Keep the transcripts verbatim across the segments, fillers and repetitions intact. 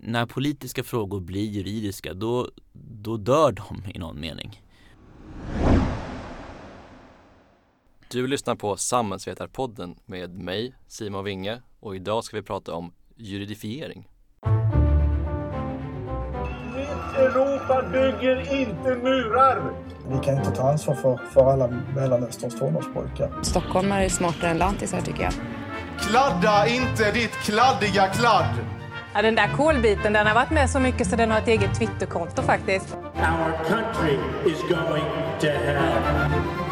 när politiska frågor blir juridiska, då, då dör de i någon mening. Du lyssnar på Samhällsvetarpodden med mig, Simon Winge, och idag ska vi prata om juridifiering. Europa bygger inte murar! Vi kan inte ta ansvar för, för alla Mellanösterns tonårspojkar. Stockholm är smartare än lantisar tycker jag. Kladda inte ditt kladdiga kladd! Ja, den där kolbiten, den har varit med så mycket så den har ett eget Twitterkonto faktiskt. Our country is going to hell.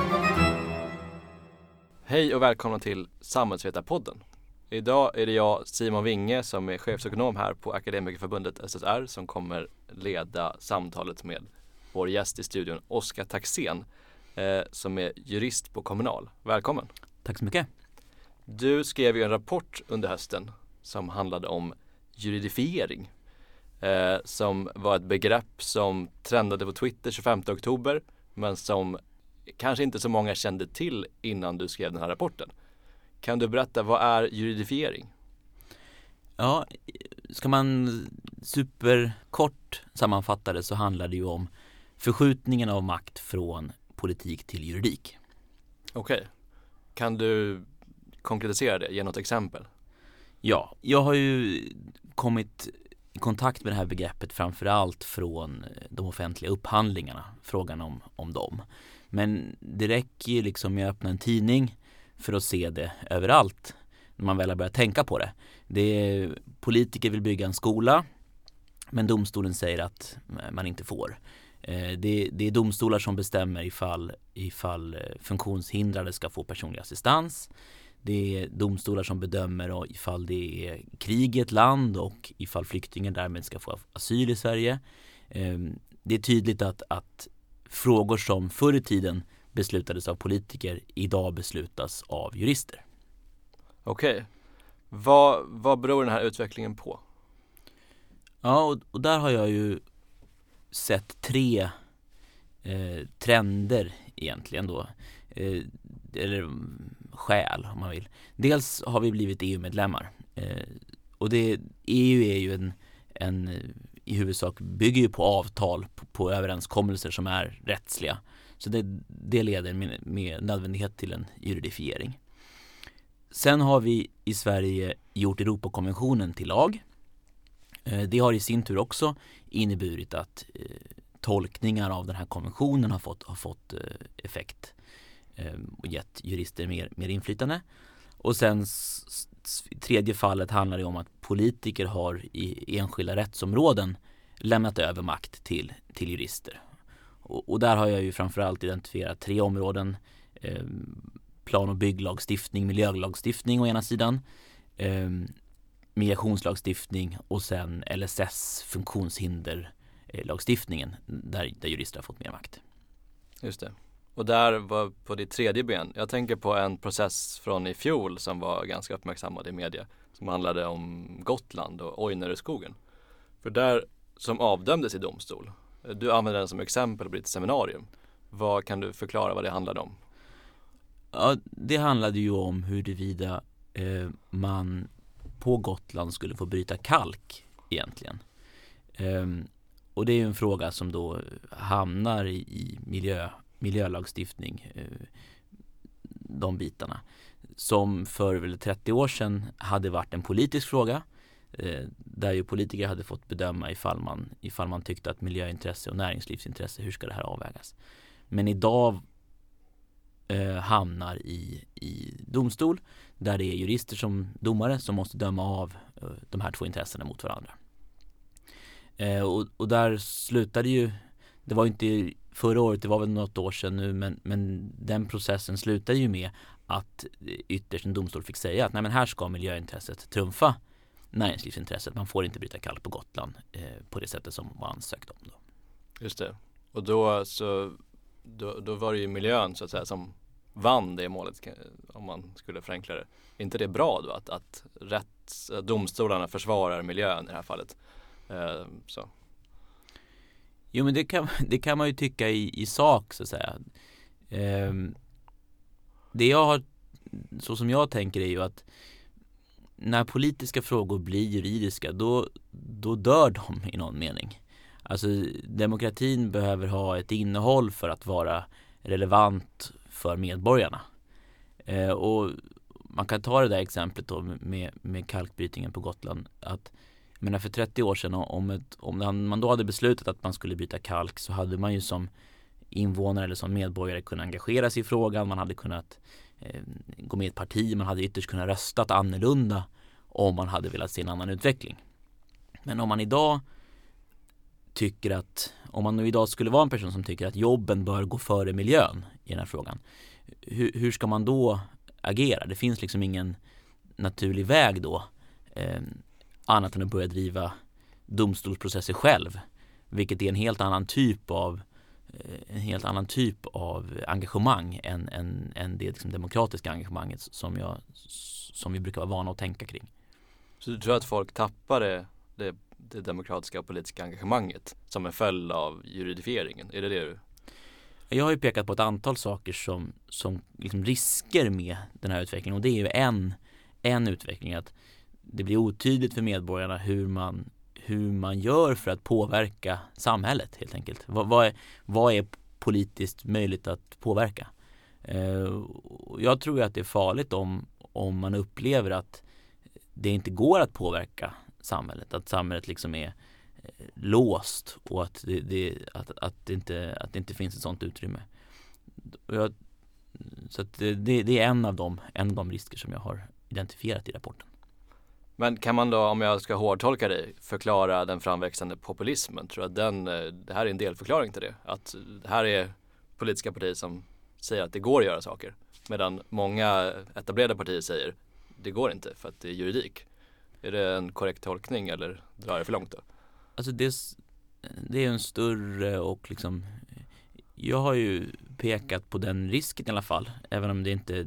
Hej och välkomna till Samhällsvetarpodden. Idag är det jag, Simon Winge, som är chefsekonom här på Akademikerförbundet S S R, som kommer leda samtalet med vår gäst i studion, Oskar Taxén, eh, som är jurist på Kommunal. Välkommen. Tack så mycket. Du skrev ju en rapport under hösten som handlade om juridifiering, eh, som var ett begrepp som trendade på Twitter tjugofemte oktober, men som kanske inte så många kände till innan du skrev den här rapporten. Kan du berätta, vad är juridifiering? Ja, ska man superkort sammanfatta det så handlar det ju om förskjutningen av makt från politik till juridik. Okej. Okay. Kan du konkretisera det? Ge något exempel. Ja, jag har ju kommit i kontakt med det här begreppet framförallt från de offentliga upphandlingarna, frågan om, om dem. Men det räcker ju liksom med att öppna en tidning för att se det överallt när man väl har börjat tänka på det. Det är, politiker vill bygga en skola, men domstolen säger att man inte får. Det, det är domstolar som bestämmer ifall, ifall funktionshindrade ska få personlig assistans. Det är domstolar som bedömer ifall det är krig i ett land och ifall flyktingar därmed ska få asyl i Sverige. Det är tydligt att, att frågor som förr i tiden beslutades av politiker idag beslutas av jurister. Okej. Okay. Vad, vad beror den här utvecklingen på? Ja, och, och där har jag ju sett tre eh, trender egentligen då. Eh, eller skäl om man vill. Dels har vi blivit E U-medlemmar. Eh, och det, E U är ju en, en i huvudsak bygger ju på avtal, på, på överenskommelser som är rättsliga. Så det, det leder med, med nödvändighet till en juridifiering. Sen har vi i Sverige gjort Europakonventionen till lag. Eh, det har i sin tur också inneburit att eh, tolkningar av den här konventionen har fått, har fått eh, effekt eh, och gett jurister mer, mer inflytande. Och sen s- s- tredje fallet handlar det om att politiker har i enskilda rättsområden lämnat över makt till, till jurister. Och, och där har jag ju framförallt identifierat tre områden. Eh, plan- och bygglagstiftning, miljölagstiftning å ena sidan. Eh, migrationslagstiftning och sen L S S, funktionshinderlagstiftningen, där, där jurister har fått mer makt. Just det. Och där var på det tredje ben. Jag tänker på en process från i fjol som var ganska uppmärksammad i media, som handlade om Gotland och Ojnareskogen. För där som avdömdes i domstol. Du använder den som exempel på ditt seminarium. Vad kan du förklara vad det handlade om? Ja, det handlade ju om huruvida eh, man på Gotland skulle få bryta kalk egentligen. Eh, och det är ju en fråga som då hamnar i, i miljö, miljölagstiftning, eh, de bitarna. Som för väl trettio år sedan hade varit en politisk fråga. Eh, där ju politiker hade fått bedöma ifall man, ifall man tyckte att miljöintresse och näringslivsintresse, hur ska det här avvägas. Men idag eh, hamnar i, i domstol där det är jurister som domare som måste döma av eh, de här två intressena mot varandra. Eh, och, och där slutade ju, det var inte förra året, det var väl något år sedan nu, men, men den processen slutade ju med att ytterst en domstol fick säga att nej, men här ska miljöintresset trumfa näringslivsintresset. Man får inte bryta kalk på Gotland eh, på det sättet som var ansökt om då. Just det. Och då så då, då var det ju miljön så att säga som vann det målet, om man skulle förenkla det. Är inte det bra då att, att rätts, domstolarna försvarar miljön i det här fallet? Eh, så. Jo, men det kan, det kan man ju tycka i, i sak så att säga. Eh, det jag har, så som jag tänker är ju att när politiska frågor blir juridiska, då, då dör de i någon mening. Alltså demokratin behöver ha ett innehåll för att vara relevant för medborgarna. Eh, och man kan ta det där exemplet då med, med kalkbrytningen på Gotland. Att, jag menar för trettio år sedan, om, ett, om man då hade beslutat att man skulle bryta kalk, så hade man ju som invånare eller som medborgare kunnat engagera sig i frågan. Man hade kunnat eh, gå med i ett parti, man hade ytterst kunnat röstat annorlunda om man hade velat se en annan utveckling. Men om man idag tycker att, om man nu idag skulle vara en person som tycker att jobben bör gå före miljön i den här frågan, hur, hur ska man då agera? Det finns liksom ingen naturlig väg då eh, annat än att börja driva domstolsprocesser själv, vilket är en helt annan typ av en helt annan typ av engagemang än, än, än det liksom demokratiska engagemanget som, jag, som vi brukar vara vana att tänka kring. Så du tror att folk tappar det, det, det demokratiska och politiska engagemanget som en följd av juridifieringen? Är det det du? Jag har ju pekat på ett antal saker som, som liksom risker med den här utvecklingen, och det är ju en, en utveckling att det blir otydligt för medborgarna hur man hur man gör för att påverka samhället helt enkelt. Vad, vad, är, vad är politiskt möjligt att påverka? Eh, jag tror att det är farligt om, om man upplever att det inte går att påverka samhället. Att samhället liksom är eh, låst och att det, det, att, att, det inte, att det inte finns ett sådant utrymme. Jag, så att det, det är en av, dem, en av de risker som jag har identifierat i rapporten. Men kan man då, om jag ska hårdtolka dig, förklara den framväxande populismen? Tror att den, det här är en delförklaring till det? Att det här är politiska partier som säger att det går att göra saker, medan många etablerade partier säger det går inte för att det är juridik. Är det en korrekt tolkning eller drar det för långt då? Alltså det, det är en större och liksom, jag har ju pekat på den risken i alla fall, även om det inte,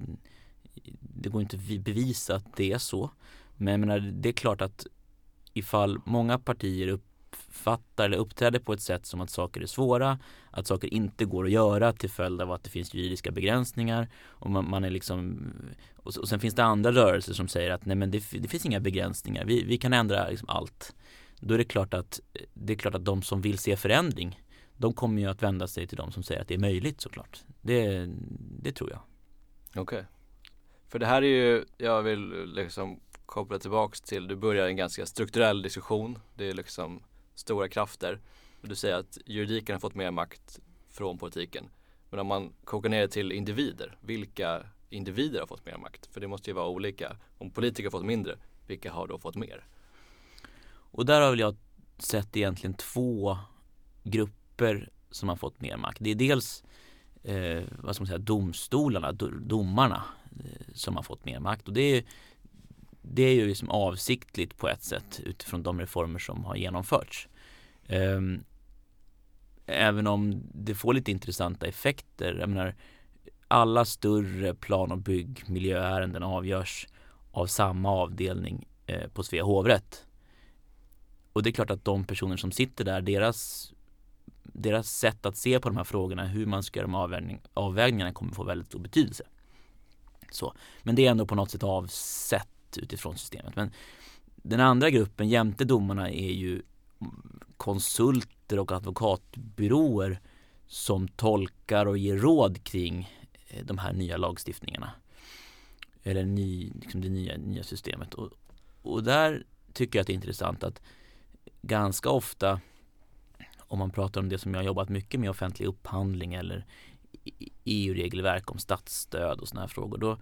det går inte att bevisa att det är så. Men jag menar, det är klart att ifall många partier uppfattar eller uppträder på ett sätt som att saker är svåra, att saker inte går att göra till följd av att det finns juridiska begränsningar, och man, man är liksom, och, och sen finns det andra rörelser som säger att nej men det, det finns inga begränsningar, vi, vi kan ändra liksom allt. Då är det klart att det är klart att de som vill se förändring, de kommer ju att vända sig till de som säger att det är möjligt, såklart. Det, det tror jag. Okej. Okay. För det här är ju, jag vill liksom koppla tillbaks till, du börjar en ganska strukturell diskussion, det är liksom stora krafter, och du säger att juridiken har fått mer makt från politiken. Men om man kokar ner det till individer, vilka individer har fått mer makt? För det måste ju vara olika. Om politiker har fått mindre, vilka har då fått mer? Och där har väl jag sett egentligen två grupper som har fått mer makt. Det är dels eh, vad ska man säga, domstolarna, domarna eh, som har fått mer makt, och det är Det är ju liksom avsiktligt på ett sätt utifrån de reformer som har genomförts. Um, även om det får lite intressanta effekter. Jag menar, alla större plan- och byggmiljöärenden avgörs av samma avdelning eh, på Svea hovrätt. Och det är klart att de personer som sitter där, deras, deras sätt att se på de här frågorna, hur man ska göra de avvägning, avvägningarna kommer få väldigt stor betydelse. Så. Men det är ändå på något sätt avsett utifrån systemet. Men den andra gruppen jämte domarna är ju konsulter och advokatbyråer som tolkar och ger råd kring de här nya lagstiftningarna eller ny, liksom det nya, nya systemet. Och, och där tycker jag att det är intressant att ganska ofta, om man pratar om det som jag har jobbat mycket med, offentlig upphandling eller E U-regelverk om statsstöd och såna här frågor, då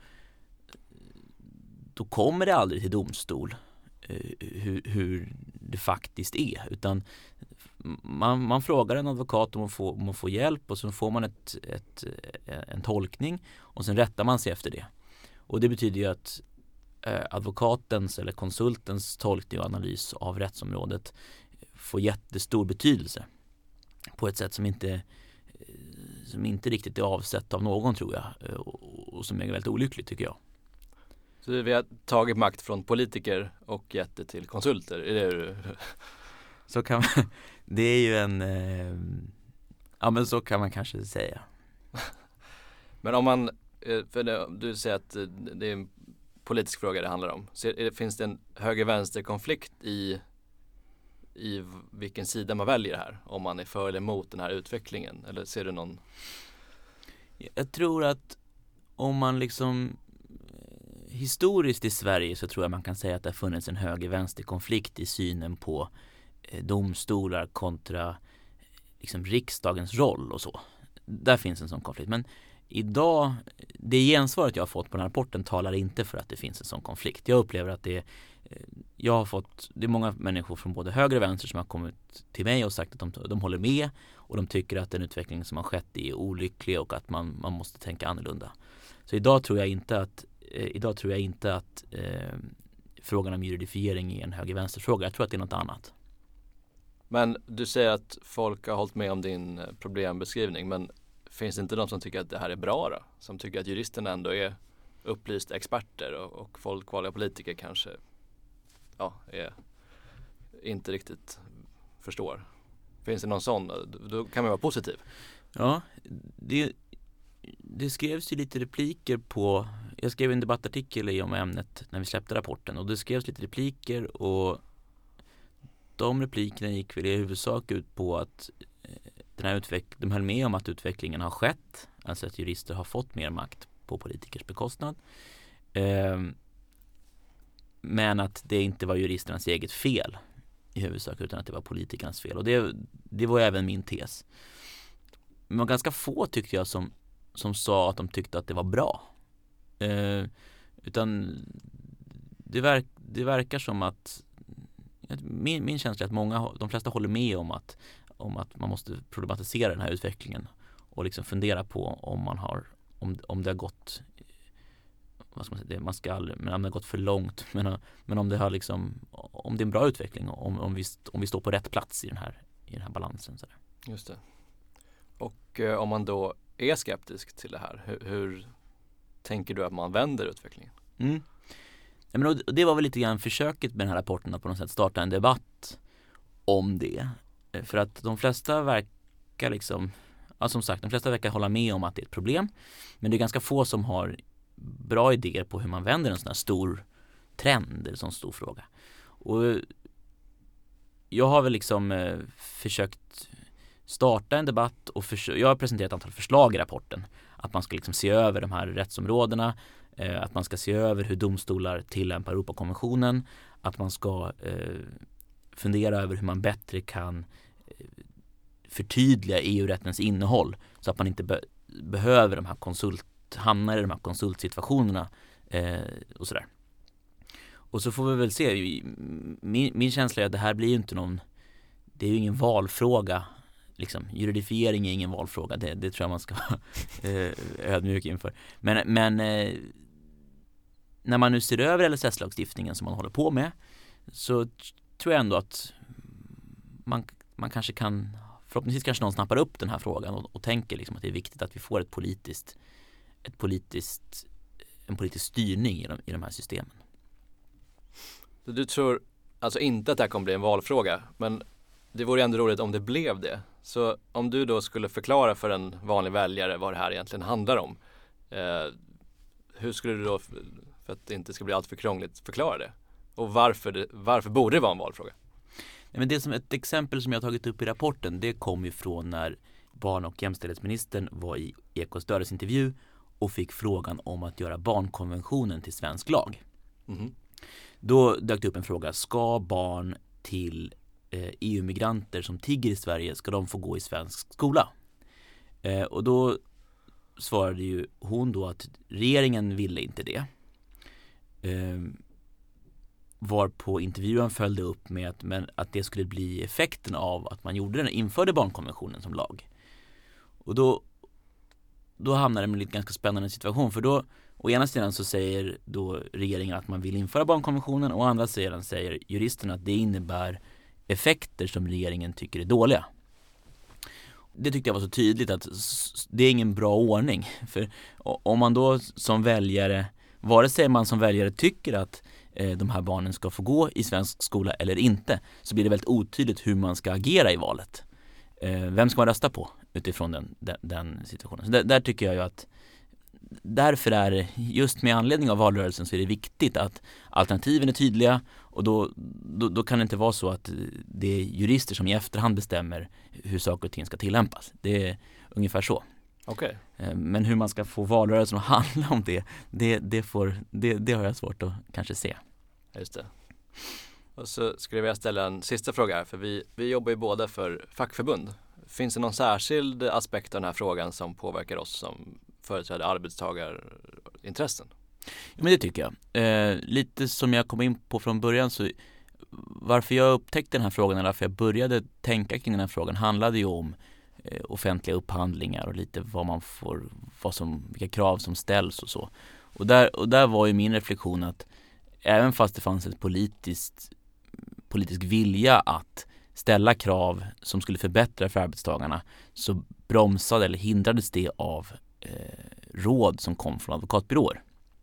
då kommer det aldrig till domstol eh, hur, hur det faktiskt är, utan man, man frågar en advokat om att få, om att få hjälp, och så får man ett, ett, en tolkning, och sen rättar man sig efter det. Och det betyder ju att eh, advokatens eller konsultens tolkning och analys av rättsområdet får jättestor betydelse på ett sätt som inte, som inte riktigt är avsett av någon, tror jag, och, och som är väldigt olyckligt, tycker jag. Så vi har tagit makt från politiker och gett det till konsulter, är det du? Så kan man, det är ju en, eh, ja men så kan man kanske säga. Men om man, för det, du säger att det är politisk fråga det handlar om. Så är, finns det en höger-vänster-konflikt i, i vilken sida man väljer här? Om man är för eller emot den här utvecklingen? Eller ser du någon? Jag tror att om man liksom historiskt i Sverige så tror jag man kan säga att det har funnits en höger-vänster-konflikt i synen på eh, domstolar kontra liksom riksdagens roll och så. Där finns en sån konflikt. Men idag, det gensvaret jag har fått på den här rapporten talar inte för att det finns en sån konflikt. Jag upplever att det är, jag har fått, det är många människor från både höger och vänster som har kommit till mig och sagt att de, de håller med och de tycker att den utveckling som har skett är olycklig och att man, man måste tänka annorlunda. Så idag tror jag inte att, eh, idag tror jag inte att eh, frågan om juridifiering är en höger-vänster-fråga. Jag tror att det är något annat. Men du säger att folk har hållit med om din problembeskrivning, men finns det inte de som tycker att det här är bra då? Som tycker att juristerna ändå är upplysta experter och, och folkvalda politiker kanske ja, är, inte riktigt förstår. Finns det någon sån? Då kan man vara positiv. Ja, det, det skrevs ju lite repliker på, jag skrev en debattartikel om ämnet när vi släppte rapporten och det skrevs lite repliker och de replikerna gick väl i huvudsak ut på att den här utveck- de höll med om att utvecklingen har skett, alltså att jurister har fått mer makt på politikers bekostnad. Eh, men att det inte var juristernas eget fel i huvudsak utan att det var politikernas fel. Och det, det var även min tes. Men det var ganska få tyckte jag som, som sa att de tyckte att det var bra. Eh, utan det, verk, det verkar som att min, min känsla är att många, de flesta håller med om att om att man måste problematisera den här utvecklingen och liksom fundera på om man har om, om det har gått vad ska man säga, det, man ska aldrig, men om det har gått för långt men, men om det har liksom om det är en bra utveckling om, om, vi, om vi står på rätt plats i den här, i den här balansen så där. Just det. Och eh, om man då är skeptisk till det här, hur, hur tänker du att man vänder utvecklingen? Mm. Ja, men och det var väl lite grann försöket med den här rapporten att på något sätt starta en debatt om det. För att de flesta verkar liksom, ja, som sagt, de flesta verkar hålla med om att det är ett problem. Men det är ganska få som har bra idéer på hur man vänder en sån här stor trend, en sån stor fråga. Och jag har väl liksom eh, försökt starta en debatt och förs- jag har presenterat ett antal förslag i rapporten. Att man ska liksom se över de här rättsområdena, eh, att man ska se över hur domstolar tillämpar Europakonventionen, att man ska eh, fundera över hur man bättre kan förtydliga E U-rättens innehåll så att man inte be- behöver de här konsult, hamnar i de här konsultsituationerna eh, och sådär. Och så får vi väl se, min, min känsla är att det här blir ju inte någon, det är ju ingen valfråga liksom, juridifiering är ingen valfråga, det, det tror jag man ska vara eh, ödmjuk inför. Men, men eh, när man nu ser över L S S-lagstiftningen som man håller på med så tror jag ändå att man, man kanske kan, förhoppningsvis kanske någon snappar upp den här frågan och, och tänker liksom att det är viktigt att vi får ett politiskt, ett politiskt, en politisk styrning i de, i de här systemen. Du tror alltså inte att det här kommer bli en valfråga, men det vore ändå roligt om det blev det. Så om du då skulle förklara för en vanlig väljare vad det här egentligen handlar om, eh, hur skulle du då, för att det inte ska bli allt för krångligt, förklara det? Och varför, det, varför borde det vara en valfråga? Ja, men det som ett exempel som jag har tagit upp i rapporten, det kom ifrån när barn- och jämställdhetsministern var i Ekots dörresintervju och fick frågan om att göra barnkonventionen till svensk lag. Mm. Då dök det upp en fråga, ska barn till eh, E U-migranter som tigger i Sverige, ska de få gå i svensk skola? Eh, och då svarade ju hon då att regeringen ville inte det. Eh, var på intervjun följde upp med att, men att det skulle bli effekten av att man gjorde den, införde barnkonventionen som lag. Och då, då hamnade det i en ganska spännande situation, för då å ena sidan så säger då regeringen att man vill införa barnkonventionen och å andra sidan säger juristerna att det innebär effekter som regeringen tycker är dåliga. Det tyckte jag var så tydligt att det är ingen bra ordning, för om man då som väljare, vare sig man som väljare tycker att eh, de här barnen ska få gå i svensk skola eller inte, så blir det väldigt otydligt hur man ska agera i valet. Eh, vem ska man rösta på utifrån den, den, den situationen? Så där, där tycker jag ju att därför är det, just med anledning av valrörelsen, så är det viktigt att alternativen är tydliga, och då, då, då kan det inte vara så att det är jurister som i efterhand bestämmer hur saker och ting ska tillämpas. Det är ungefär så. Okej. Men hur man ska få valrörelsen att handla om det, det, det, får, det, det har jag svårt att kanske se. Just det. Och så skulle jag vilja ställa en sista fråga här, för vi, vi jobbar ju båda för fackförbund. Finns det någon särskild aspekt av den här frågan som påverkar oss som företräder arbetstagarintressen? Ja, men det tycker jag. Eh, lite som jag kom in på från början, så varför jag upptäckte den här frågan, eller varför jag började tänka kring den här frågan, handlade ju om eh, offentliga upphandlingar och lite vad man får, vad som, vilka krav som ställs och så. Och där, och där var ju min reflektion att även fast det fanns ett politiskt, politisk vilja att ställa krav som skulle förbättra för arbetstagarna, så bromsade eller hindrades det av eh, råd som kom från advokatbyråer.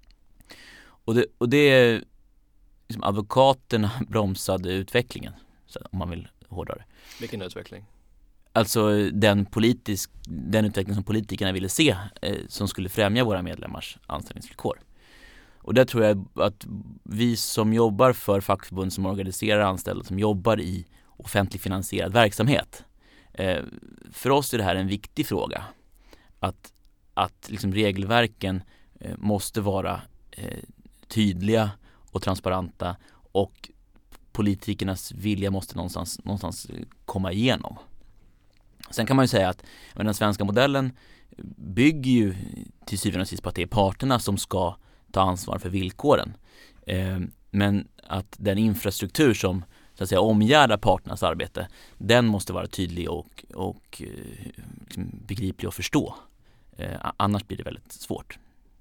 Och det, och det liksom, advokaterna bromsade utvecklingen, så, om man vill hårdare. Vilken utveckling? Alltså den, politisk, den utveckling som politikerna ville se, eh, som skulle främja våra medlemmars anställningsvillkor. Och där tror jag att vi som jobbar för fackförbund, som organiserar anställda, som jobbar i offentligt finansierad verksamhet, eh, för oss är det här en viktig fråga. Att, att liksom regelverken eh, måste vara eh, tydliga och transparenta, och politikernas vilja måste någonstans, någonstans komma igenom. Sen kan man ju säga att den svenska modellen bygger ju till syvende och sist på att det är parterna som ska ta ansvar för villkoren. Eh, men att den infrastruktur som så att säga omgärdar parternas arbete, den måste vara tydlig och, och eh, liksom begriplig att förstå. Eh, annars blir det väldigt svårt.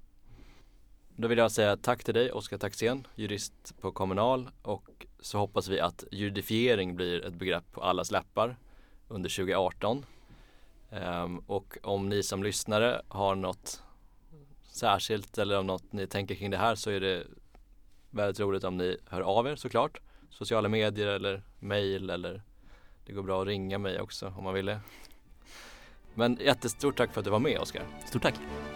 Då vill jag säga tack till dig, Oskar Taxén, jurist på Kommunal, och så hoppas vi att juridifiering blir ett begrepp på allas läppar under tjugo arton. Um, och om ni som lyssnare har något särskilt eller om något ni tänker kring det här, så är det väldigt roligt om ni hör av er, såklart. Sociala medier eller mejl, eller det går bra att ringa mig också om man vill det. Men jättestort tack för att du var med, Oskar. Stort tack.